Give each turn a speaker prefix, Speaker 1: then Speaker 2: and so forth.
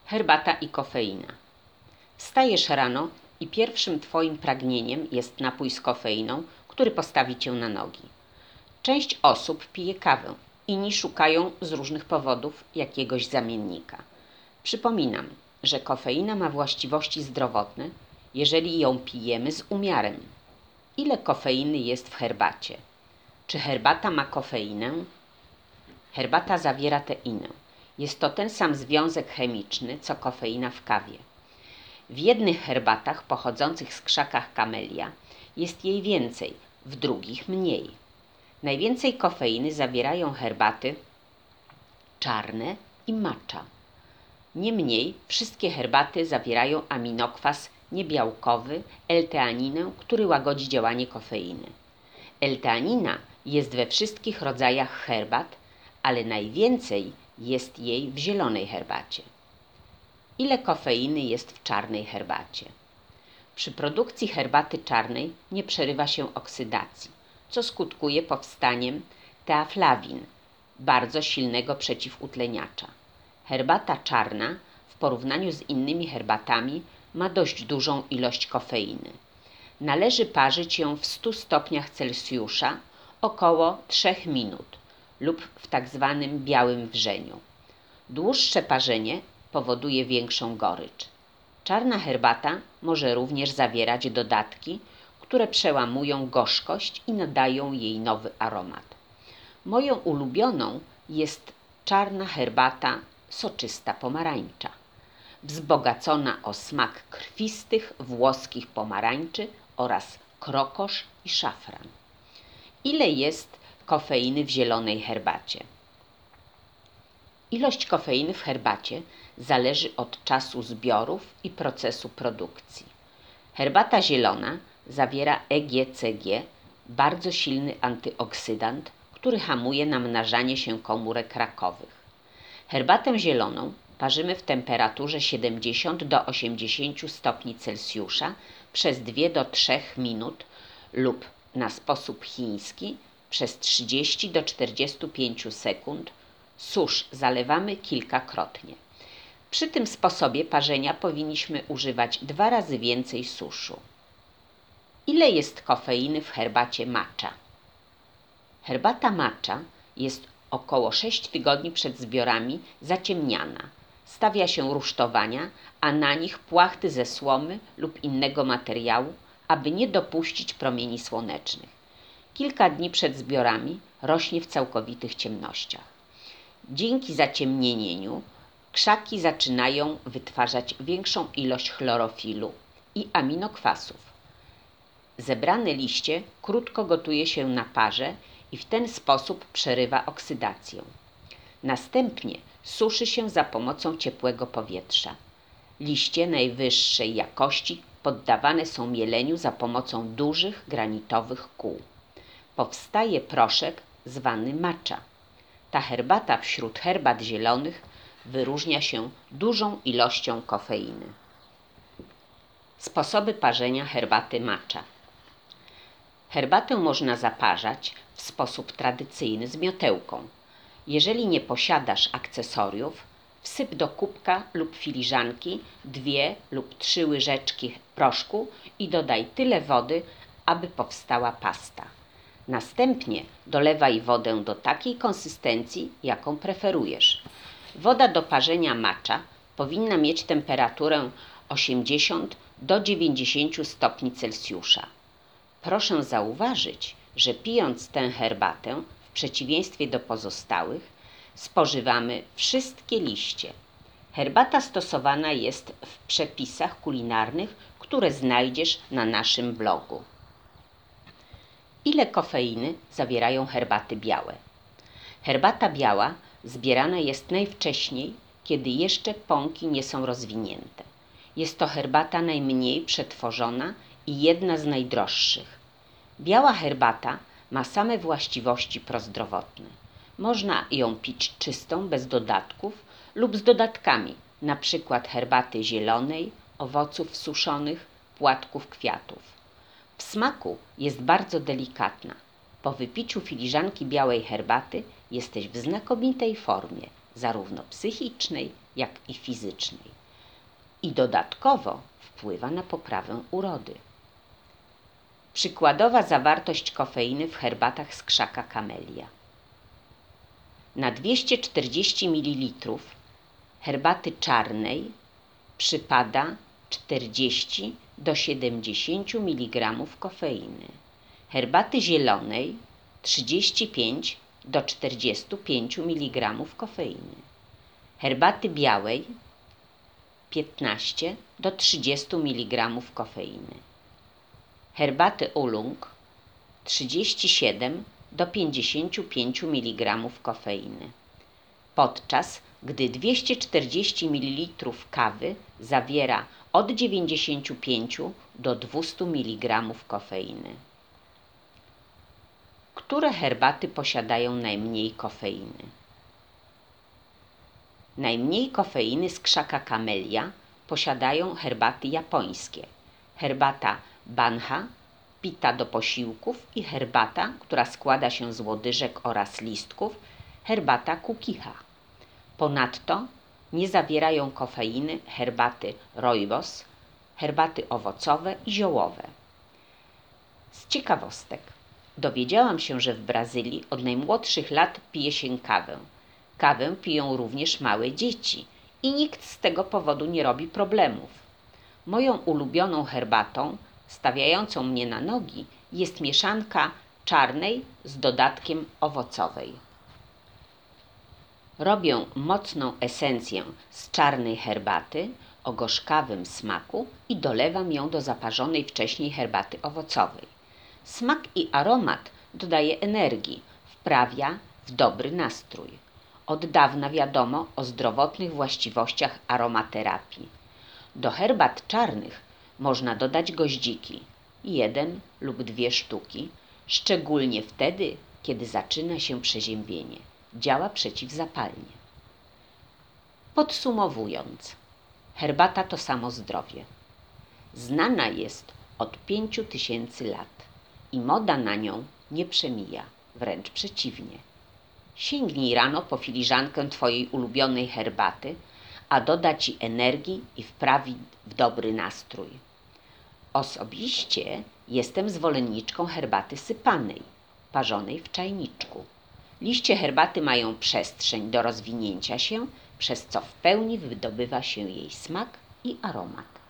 Speaker 1: Herbata i kofeina. Wstajesz rano i pierwszym Twoim pragnieniem jest napój z kofeiną, który postawi Cię na nogi. Część osób pije kawę, inni szukają z różnych powodów jakiegoś zamiennika. Przypominam, że kofeina ma właściwości zdrowotne, jeżeli ją pijemy z umiarem. Ile kofeiny jest w herbacie? Czy herbata ma kofeinę? Herbata zawiera teinę. Jest to ten sam związek chemiczny, co kofeina w kawie. W jednych herbatach pochodzących z krzaka kamelia jest jej więcej, w drugich mniej. Najwięcej kofeiny zawierają herbaty czarne i matcha. Niemniej wszystkie herbaty zawierają aminokwas niebiałkowy, L-teaninę, który łagodzi działanie kofeiny. L-teanina jest we wszystkich rodzajach herbat, ale najwięcej jest jej w zielonej herbacie. Ile kofeiny jest w czarnej herbacie? Przy produkcji herbaty czarnej nie przerywa się oksydacji, co skutkuje powstaniem teaflawin, bardzo silnego przeciwutleniacza. Herbata czarna w porównaniu z innymi herbatami ma dość dużą ilość kofeiny. Należy parzyć ją w 100 stopniach Celsjusza około 3 minut lub w tzw. białym wrzeniu. Dłuższe parzenie powoduje większą gorycz. Czarna herbata może również zawierać dodatki, które przełamują gorzkość i nadają jej nowy aromat. Moją ulubioną jest czarna herbata soczysta pomarańcza, wzbogacona o smak krwistych włoskich pomarańczy oraz krokosz i szafran. Ile jest kofeiny w zielonej herbacie? Ilość kofeiny w herbacie zależy od czasu zbiorów i procesu produkcji. Herbata zielona zawiera EGCG, bardzo silny antyoksydant, który hamuje namnażanie się komórek rakowych. Herbatę zieloną parzymy w temperaturze 70 do 80 stopni Celsjusza przez 2 do 3 minut lub na sposób chiński przez 30 do 45 sekund. Susz zalewamy kilkakrotnie. Przy tym sposobie parzenia powinniśmy używać 2 razy więcej suszu. Ile jest kofeiny w herbacie matcha? Herbata matcha jest około 6 tygodni przed zbiorami zaciemniana. Stawia się rusztowania, a na nich płachty ze słomy lub innego materiału, aby nie dopuścić promieni słonecznych. Kilka dni przed zbiorami rośnie w całkowitych ciemnościach. Dzięki zaciemnieniu krzaki zaczynają wytwarzać większą ilość chlorofilu i aminokwasów. Zebrane liście krótko gotuje się na parze i w ten sposób przerywa oksydację. Następnie suszy się za pomocą ciepłego powietrza. Liście najwyższej jakości poddawane są mieleniu za pomocą dużych granitowych kół. Powstaje proszek zwany matcha. Ta herbata wśród herbat zielonych wyróżnia się dużą ilością kofeiny. Sposoby parzenia herbaty matcha. Herbatę można zaparzać w sposób tradycyjny z miotełką. Jeżeli nie posiadasz akcesoriów, wsyp do kubka lub filiżanki 2 lub 3 łyżeczki proszku i dodaj tyle wody, aby powstała pasta. Następnie dolewaj wodę do takiej konsystencji, jaką preferujesz. Woda do parzenia matcha powinna mieć temperaturę 80 do 90 stopni Celsjusza. Proszę zauważyć, że pijąc tę herbatę, w przeciwieństwie do pozostałych, spożywamy wszystkie liście. Herbata stosowana jest w przepisach kulinarnych, które znajdziesz na naszym blogu. Ile kofeiny zawierają herbaty białe? Herbata biała zbierana jest najwcześniej, kiedy jeszcze pąki nie są rozwinięte. Jest to herbata najmniej przetworzona i jedna z najdroższych. Biała herbata ma same właściwości prozdrowotne. Można ją pić czystą, bez dodatków lub z dodatkami, np. herbaty zielonej, owoców suszonych, płatków kwiatów. W smaku jest bardzo delikatna. Po wypiciu filiżanki białej herbaty jesteś w znakomitej formie. zarówno psychicznej, jak i fizycznej. I dodatkowo wpływa na poprawę urody. Przykładowa zawartość kofeiny w herbatach z krzaka kamelia. Na 240 ml herbaty czarnej przypada 40 do 70 mg kofeiny, herbaty zielonej 35 do 45 mg kofeiny, herbaty białej 15 do 30 mg kofeiny, herbaty oolong 37 do 55 mg kofeiny, podczas gdy 240 ml kawy zawiera od 95 do 200 mg kofeiny. Które herbaty posiadają najmniej kofeiny? Najmniej kofeiny z krzaka kamelia posiadają herbaty japońskie, herbata banha, pita do posiłków i herbata, która składa się z łodyżek oraz listków, herbata kukicha. Ponadto nie zawierają kofeiny herbaty rooibos, herbaty owocowe i ziołowe. Z ciekawostek dowiedziałam się, że w Brazylii od najmłodszych lat pije się kawę. Kawę piją również małe dzieci i nikt z tego powodu nie robi problemów. Moją ulubioną herbatą, stawiającą mnie na nogi, jest mieszanka czarnej z dodatkiem owocowej. Robię mocną esencję z czarnej herbaty o gorzkawym smaku i dolewam ją do zaparzonej wcześniej herbaty owocowej. Smak i aromat dodaje energii, wprawia w dobry nastrój. Od dawna wiadomo o zdrowotnych właściwościach aromaterapii. Do herbat czarnych można dodać goździki, 1 lub 2 sztuki, szczególnie wtedy, kiedy zaczyna się przeziębienie. Działa przeciwzapalnie. Podsumowując, herbata to samo zdrowie. Znana jest od 5000 lat i moda na nią nie przemija, wręcz przeciwnie. Sięgnij rano po filiżankę Twojej ulubionej herbaty, a doda Ci energii i wprawi w dobry nastrój. Osobiście jestem zwolenniczką herbaty sypanej, parzonej w czajniczku. Liście herbaty mają przestrzeń do rozwinięcia się, przez co w pełni wydobywa się jej smak i aromat.